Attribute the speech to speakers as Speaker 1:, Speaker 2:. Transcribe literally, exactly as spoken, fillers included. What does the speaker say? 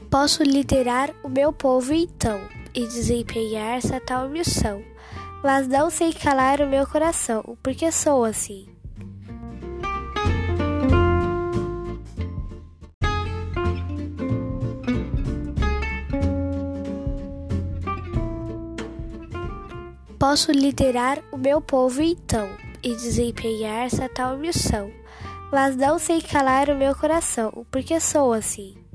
Speaker 1: Posso liderar o meu povo então, e desempenhar essa tal missão, mas não sei calar o meu coração, porque sou assim. Posso liderar o meu povo então, e desempenhar essa tal missão, mas não sei calar o meu coração, porque sou assim.